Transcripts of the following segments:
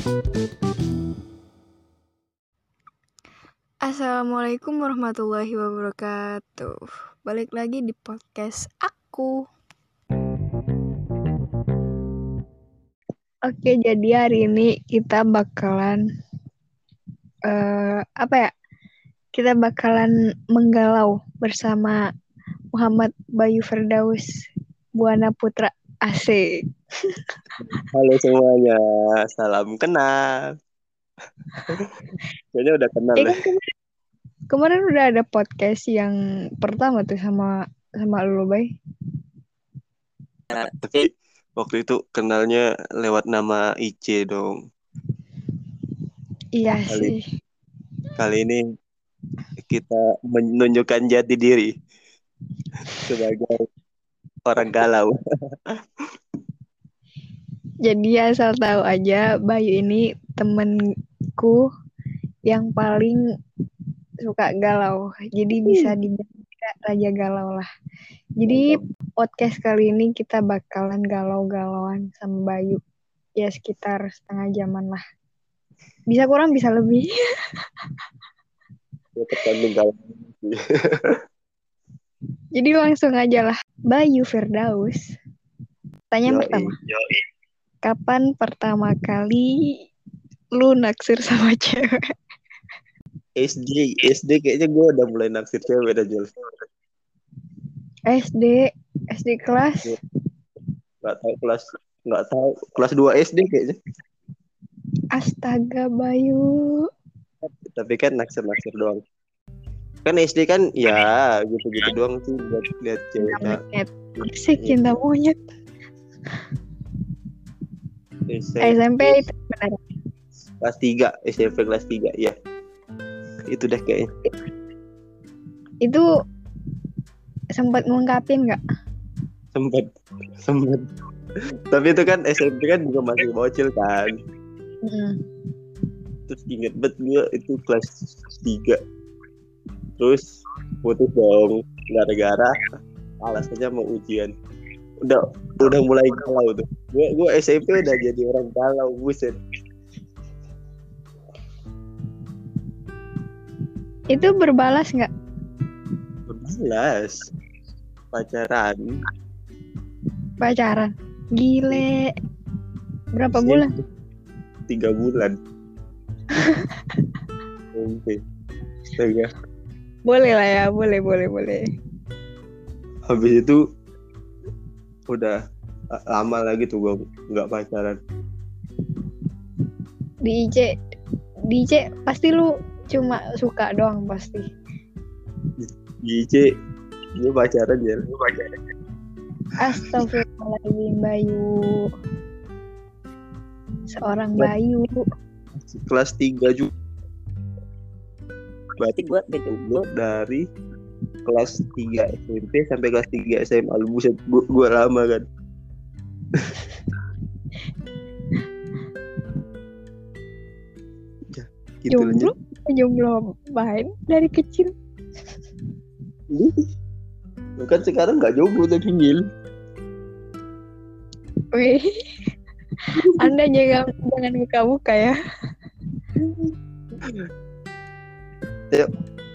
Assalamualaikum warahmatullahi wabarakatuh. Balik lagi di podcast aku. Oke, jadi hari ini kita bakalan Kita bakalan menggalau bersama Muhammad Bayu Firdaus Buana Putra. Asik. Halo semuanya, salam kenal. Kayaknya udah kenal Kan kemarin udah ada podcast yang pertama tuh sama lu, Bay. Tapi waktu itu kenalnya lewat nama IC dong. Iya sih. Kali ini kita menunjukkan jati diri sebagai orang galau. Jadi asal tahu aja, Bayu ini temenku yang paling suka galau. Jadi bisa dibilang raja galau lah. Jadi podcast kali ini kita bakalan galau-galauan sama Bayu. Ya sekitar setengah jaman lah. Bisa kurang, bisa lebih. Tergantung galau. Jadi langsung aja lah. Bayu Firdaus. Pertanyaan pertama. Kapan pertama kali lu naksir sama cewek? SD kayaknya gue udah mulai naksir cewek dah, Jul. SD kelas? Nggak tahu kelas 2 SD kayaknya. Astaga, Bayu. Tapi kan naksir doang. Kan SD kan ya gitu-gitu doang sih buat lihat ceweknya. Asik, cinta monyet. SMP itu benar. Kelas 3, SMP kelas 3 ya. Itu deh kayaknya. Itu sempat ngungkapin nggak? Sempat. Tapi itu kan SMP kan juga masih bocil kan. Terus inget banget gue itu kelas 3. Terus putus dong gara-gara alasannya mau ujian. Udah mulai galau tuh. Gue SMP udah jadi orang galau, buset. Itu berbalas nggak? Berbalas. Pacaran. Gile. Berapa bulan? 3 bulan. Oke. Astaga. Boleh lah ya, boleh. Habis itu udah lama lagi tuh gue nggak pacaran. Di IC pasti lu cuma suka doang pasti. Di IC gue pacaran ya. Astagfirullahaladzim, Bayu. Seorang Bayu. Kelas 3 juga. Berarti gue dari kelas 3 SMP sampai kelas 3 SMA. Buset, gue lama kan. Ya, gitu Jomblo main dari kecil. Kan sekarang gak jomblo udah tinggal. Wih, Anda jangan buka-buka ya. Ayo.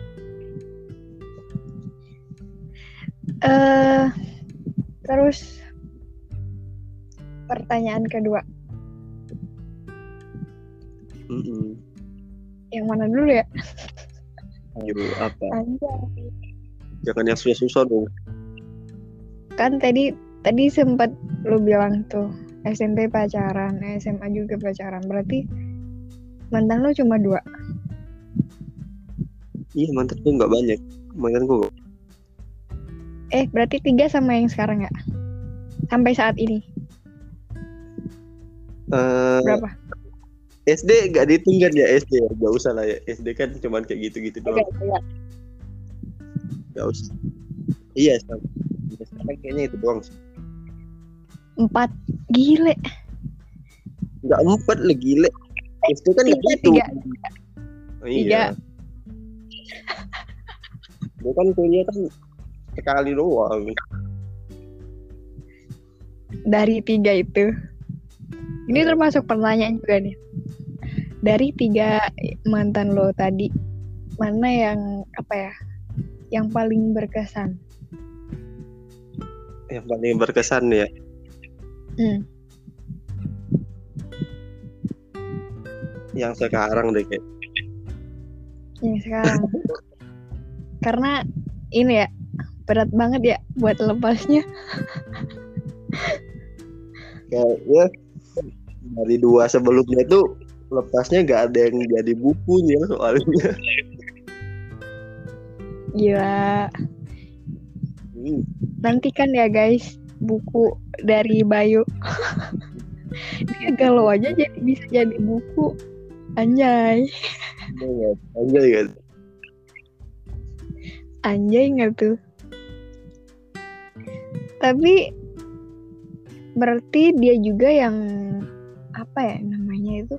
Terus pertanyaan kedua. Yang mana dulu ya? Ayo, apa? Anjay. Jangan yang susah-susah dong. Kan tadi sempat lu bilang tuh SMP pacaran, SMA juga pacaran. Berarti mantan lu cuma 2? Iya, mantan gue nggak banyak. Mantan gue. Berarti 3 sama yang sekarang ya? Sampai saat ini? Berapa? SD nggak dihitung kan ya SD ya? Gak usah lah ya. SD kan cuma kayak gitu-gitu doang. Gak usah. Iya, sekarang kayaknya itu doang sih. 4. Gile. Enggak 4 lah, gile. SD kan enggak gitu. 3. Iya. Gue kan kuliah kan sekali doang. Dari 3 itu. Ini termasuk pertanyaan juga nih. Dari 3 mantan lo tadi, mana yang yang paling berkesan? Yang paling berkesan ya. Yang sekarang deh kayak. Yang sekarang. Karena ini ya, berat banget ya buat lepasnya. Kayaknya dari 2 sebelumnya tuh lepasnya gak ada yang jadi bukunya soalnya. Gila. Nantikan ya guys buku dari Bayu. Dia galau aja bisa jadi buku. Anjay. Anjay nggak tuh? Tapi berarti dia juga yang namanya itu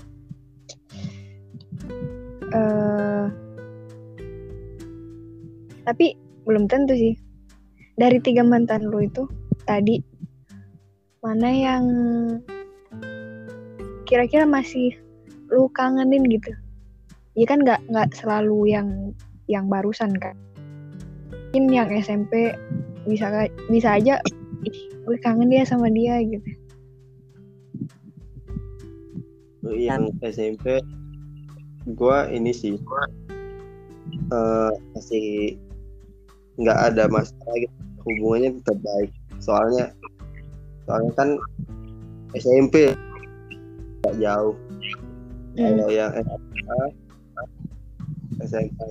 tapi belum tentu sih. Dari 3 mantan lu itu tadi, mana yang kira-kira masih lu kangenin gitu? Ya kan nggak selalu yang barusan kan. Mungkin yang SMP bisa aja gue kangen dia sama dia gitu. Yang SMP gue ini sih masih nggak ada masalah gitu, hubungannya tetap baik. Soalnya kan SMP nggak jauh. Kalau yang SMA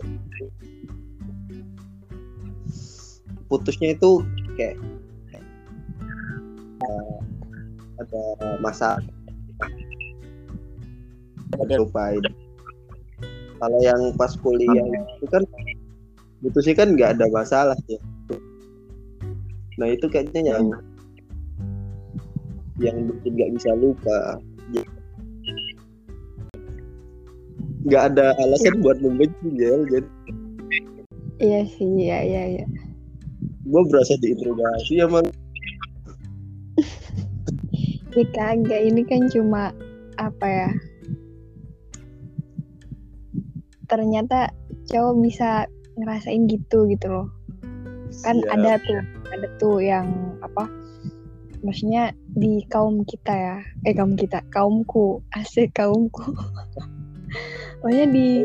putusnya itu kayak ada masalah, ada lupain. Kalau yang pas kuliah itu kan putusnya kan nggak ada masalah ya. Nah itu kayaknya yang bikin nggak bisa lupa. Nggak ada alasan buat membenci ya. Jadi iya sih, iya. Gue berasa diinterogasi sama. Ya kagak, ini kan cuma ternyata cowok bisa ngerasain gitu loh. Kan ada tuh yang maksudnya di kaum kita ya, kaumku, asik kaumku. Maksudnya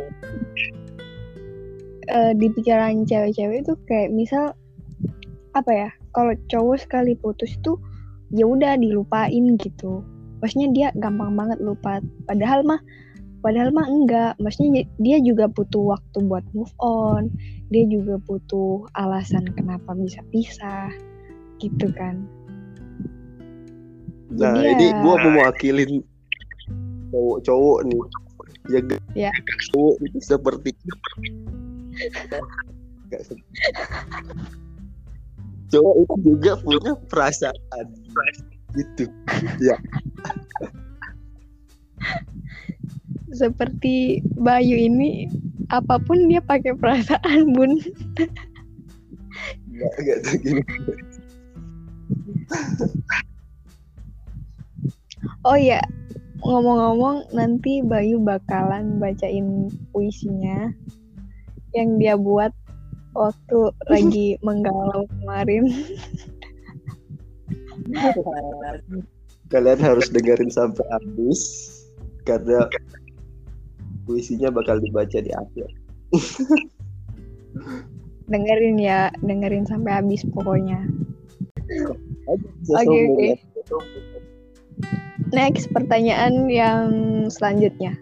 di pikiran cewek-cewek itu kayak misal kalau cowok sekali putus tuh ya udah dilupain gitu. Maksudnya dia gampang banget lupa. Padahal mah enggak. Maksudnya dia juga butuh waktu buat move on. Dia juga butuh alasan kenapa bisa pisah gitu kan. Nah jadi ini gue mau mewakilin cowok nih. Ya. Cowok itu seperti cowok itu juga punya perasaan gitu ya. Seperti Bayu ini, apapun dia pakai perasaan, Bun. Enggak gini. Oh ya, ngomong-ngomong nanti Bayu bakalan bacain puisinya yang dia buat waktu lagi menggalau kemarin. Kalian harus dengerin sampai habis karena puisinya bakal dibaca di akhir. Dengerin sampai habis pokoknya. Oke. Next, pertanyaan yang selanjutnya.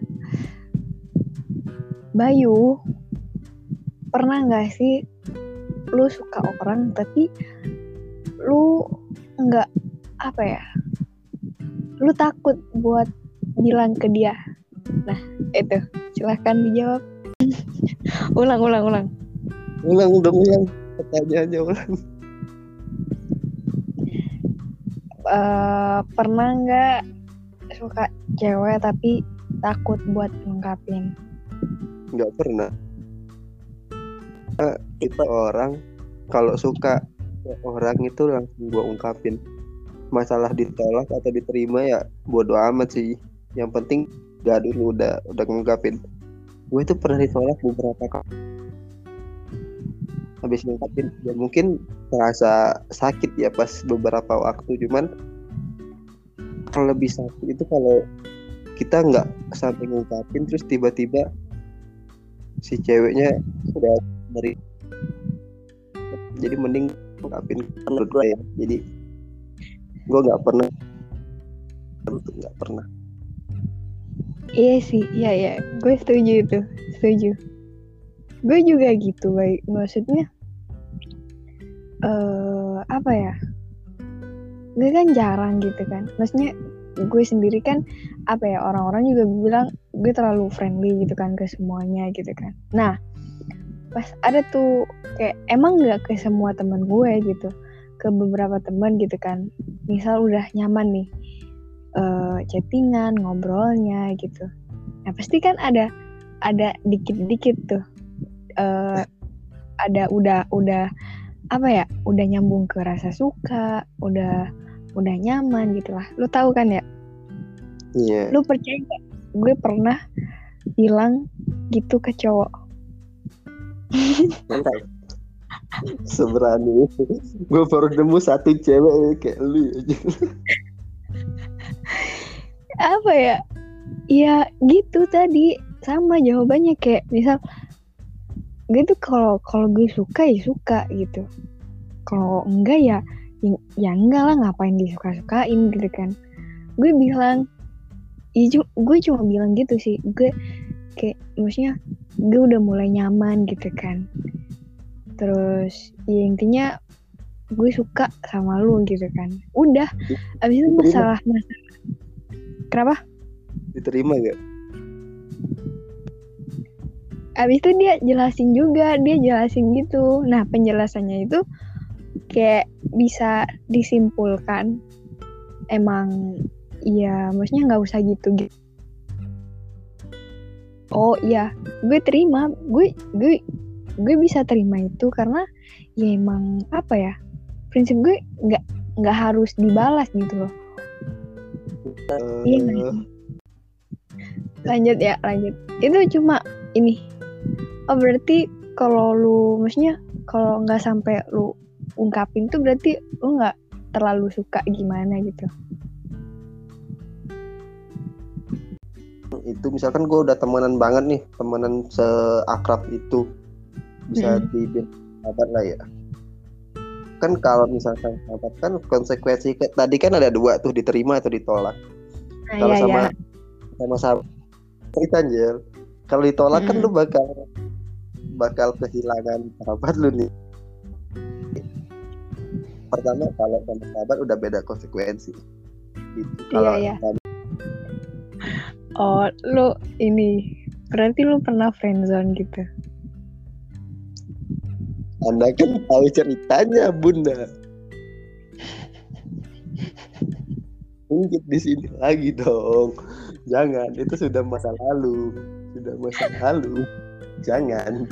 Bayu, pernah nggak sih lu suka orang tapi lu nggak lu takut buat bilang ke dia? Nah itu silahkan dijawab. ulang pertanyaannya ulang. Pernah nggak suka cewek tapi takut buat ngungkapin? Nggak pernah. Kita orang kalau suka orang itu langsung gua ungkapin. Masalah ditolak atau diterima ya bodo amat sih. Yang penting gak dulu udah ngungkapin. Gue tuh pernah ditolak beberapa kali habis ngungkapin. Ya mungkin terasa sakit ya pas beberapa waktu, cuman kalau lebih sakit itu kalau kita nggak sampai ngungkapin terus tiba-tiba si ceweknya udah dari. Jadi mending ngungkapin menurut gue ya. Jadi gue nggak pernah. Iya sih, iya, gue setuju. Gue juga gitu, baik. Maksudnya, apa ya? Gue kan jarang gitu kan. Maksudnya gue sendiri kan, apa ya? Orang-orang juga bilang gue terlalu friendly gitu kan ke semuanya gitu kan. Nah, pas ada tuh kayak emang nggak ke semua teman gue gitu, ke beberapa teman gitu kan. Misal udah nyaman nih. Chattingan, ngobrolnya gitu. Nah pasti kan ada dikit-dikit tuh, ada udah apa ya, udah nyambung ke rasa suka, udah nyaman gitulah. Lu tahu kan ya? Iya. Lu percaya gak? Gue pernah bilang gitu ke cowok. Seberani itu. Gue baru nemu satu cewek kayak lu aja. Apa ya? Ya gitu tadi, sama jawabannya kayak misal gue tuh kalau gue suka ya suka gitu. Kalau enggak ya enggak lah, ngapain disuka-sukain gitu kan. Gue bilang, gue cuma bilang gitu sih. Gue kayak maksudnya gue udah mulai nyaman gitu kan. Terus ya intinya gue suka sama lu gitu kan. Udah, abis itu masalah. Kenapa? Diterima gak? Abis itu dia jelasin gitu. Nah penjelasannya itu kayak bisa disimpulkan emang iya, maksudnya nggak usah gitu. Oh iya, gue terima, gue bisa terima itu karena ya emang apa ya, prinsip gue nggak harus dibalas gitu loh. Iya. Lanjut. Itu cuma ini. Oh berarti kalau lu, maksudnya kalau nggak sampai lu ungkapin tuh berarti lu nggak terlalu suka gimana gitu. Itu misalkan gue udah temenan banget nih, temenan seakrab itu, bisa dibilang sahabat lah ya. Kan kalau misalkan sahabat kan konsekuensi tadi kan ada dua tuh, diterima atau ditolak. Kalau sama sahabat kita Anjel, kalau ditolak kan lu bakal kehilangan sahabat lu nih. Pertama kalau sama sahabat udah beda konsekuensi gitu. Kalau oh lu ini berarti lu pernah friendzone gitu. Anda kan tahu ceritanya Bunda. Mungkin di sini lagi dong. Jangan, itu sudah masa lalu. Jangan.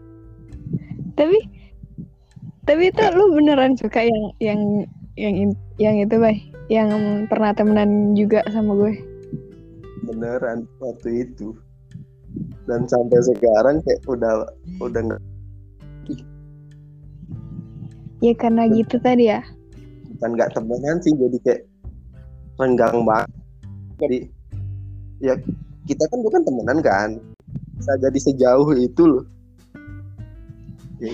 Tapi itu lu beneran suka yang itu, Bay? Yang pernah temenan juga sama gue? Beneran waktu itu. Dan sampai sekarang kayak udah nggak. Ya karena gitu tadi ya. Bukan nggak temenan sih, jadi kayak renggang banget. Jadi ya kita kan bukan temenan kan, bisa jadi sejauh itu loh. Ya,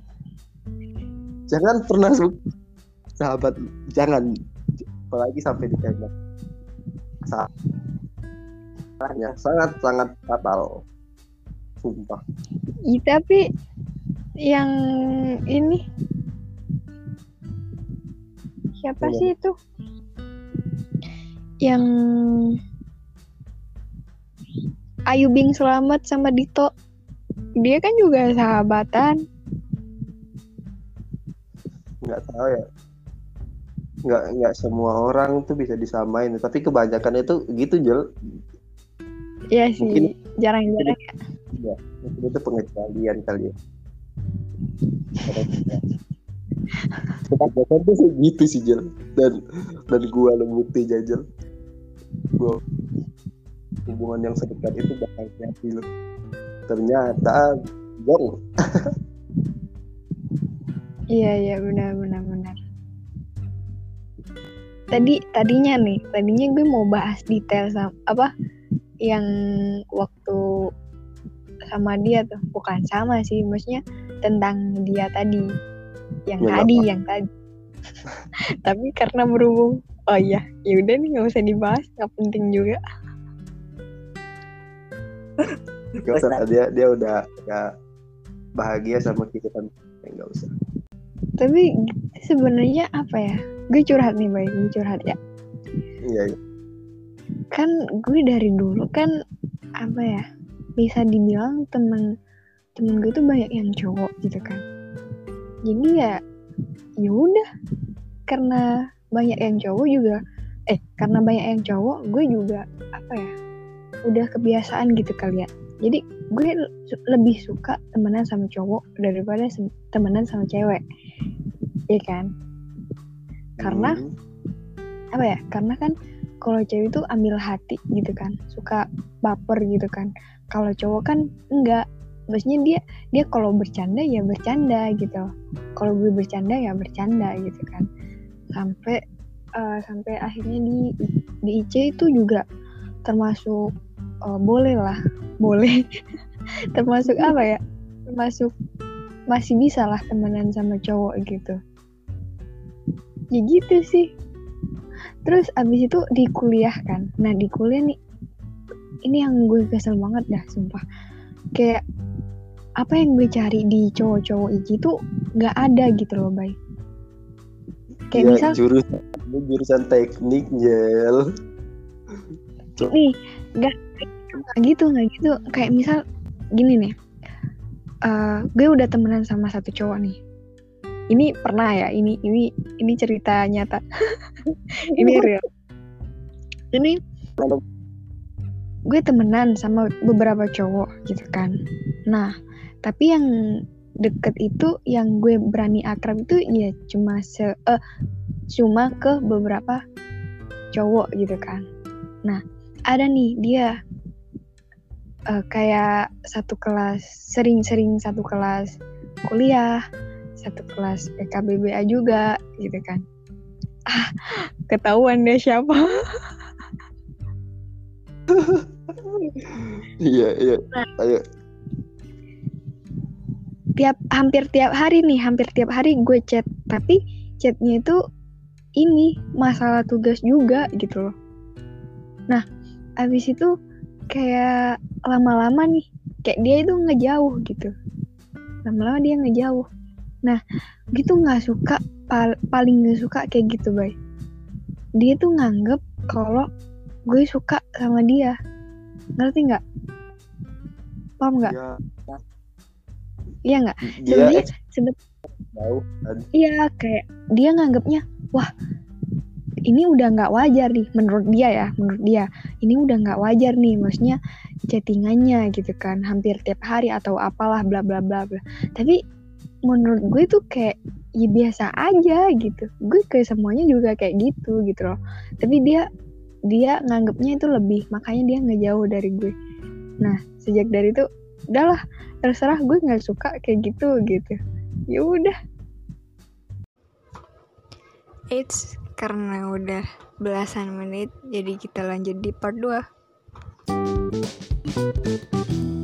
jangan pernah sahabat, jangan, apalagi sampai ditembak. Salahnya sangat fatal, sumpah. Tapi yang ini siapa sih itu? Yang Ayu Bing Slamet sama Dito, dia kan juga sahabatan. Nggak tahu ya, nggak semua orang tuh bisa disamain, tapi kebanyakan itu gitu Jel. Iya sih, mungkin jarang-jarang ya. Mungkin itu pengecualian kali ya. Kebanyakan tuh gitu sih Jel, dan gua lebih jajal. Gua hubungan yang sedekat itu bakal jadi loh. Ternyata bohong. Iya benar. Tadinya gue mau bahas detail sama apa yang waktu sama dia tuh, bukan sama sih, maksudnya tentang dia tadi, yang Ya, tadi. Tapi karena berhubung, oh iya, ya udah nih nggak usah dibahas, nggak penting juga. Gak usah, dia udah bahagia sama kehidupan, nggak usah. Tapi sebenarnya apa ya? Gue curhat nih, baik, gue curhat ya. Iya. Kan gue dari dulu kan apa ya? Bisa dibilang temen gue tuh banyak yang cowok gitu kan. Jadi ya udah, karena banyak yang cowok juga, karena banyak yang cowok, gue juga apa ya? Udah kebiasaan gitu kali ya. Jadi gue lebih suka temenan sama cowok daripada temenan sama cewek, ya kan? Karena apa ya? Karena kan kalau cewek itu ambil hati gitu kan, suka baper gitu kan. Kalau cowok kan enggak, maksudnya dia kalau bercanda ya bercanda gitu. Kalau gue bercanda ya bercanda gitu kan. Sampai akhirnya di IC itu juga termasuk boleh termasuk apa ya, termasuk masih bisa lah temenan sama cowok gitu ya gitu sih. Terus abis itu di kuliah kan, nah di kuliah nih ini yang gue kesel banget dah sumpah, kayak apa yang gue cari di cowok-cowok itu nggak ada gitu loh, Bay. Kayak ya, misal jurusan teknik Jel nih nggak gitu kayak misal gini nih, gue udah temenan sama satu cowok nih, ini pernah ya, ini cerita nyata. Ini real. Ini gue temenan sama beberapa cowok gitu kan. Nah tapi yang deket itu, yang gue berani akrab itu ya cuma ke beberapa cowok gitu kan. Nah ada nih dia kayak satu kelas, sering satu kelas kuliah, satu kelas PKBBA juga gitu kan. Ketahuan deh siapa. Iya Nah, ayo. hampir tiap hari gue chat, tapi chatnya itu ini masalah tugas juga gitu loh. Nah abis itu kayak lama-lama nih, kayak dia itu ngejauh gitu, lama-lama dia ngejauh. Nah gitu nggak suka, paling nggak suka kayak gitu, Bay. Dia tuh nganggep kalau gue suka sama dia, ngerti nggak? Paham nggak? Iya nggak? Sebenarnya jauh. Iya, kayak dia nganggepnya, wah ini udah nggak wajar nih menurut dia, ini udah nggak wajar nih, maksudnya chattingannya gitu kan hampir tiap hari atau apalah bla bla bla bla. Tapi menurut gue tuh kayak ya biasa aja gitu, gue kayak semuanya juga kayak gitu loh. Tapi dia nganggepnya itu lebih, makanya dia ngejauh dari gue. Nah sejak dari itu udahlah, terserah, gue nggak suka kayak gitu. Ya udah. Karena udah belasan menit, jadi kita lanjut di part 2.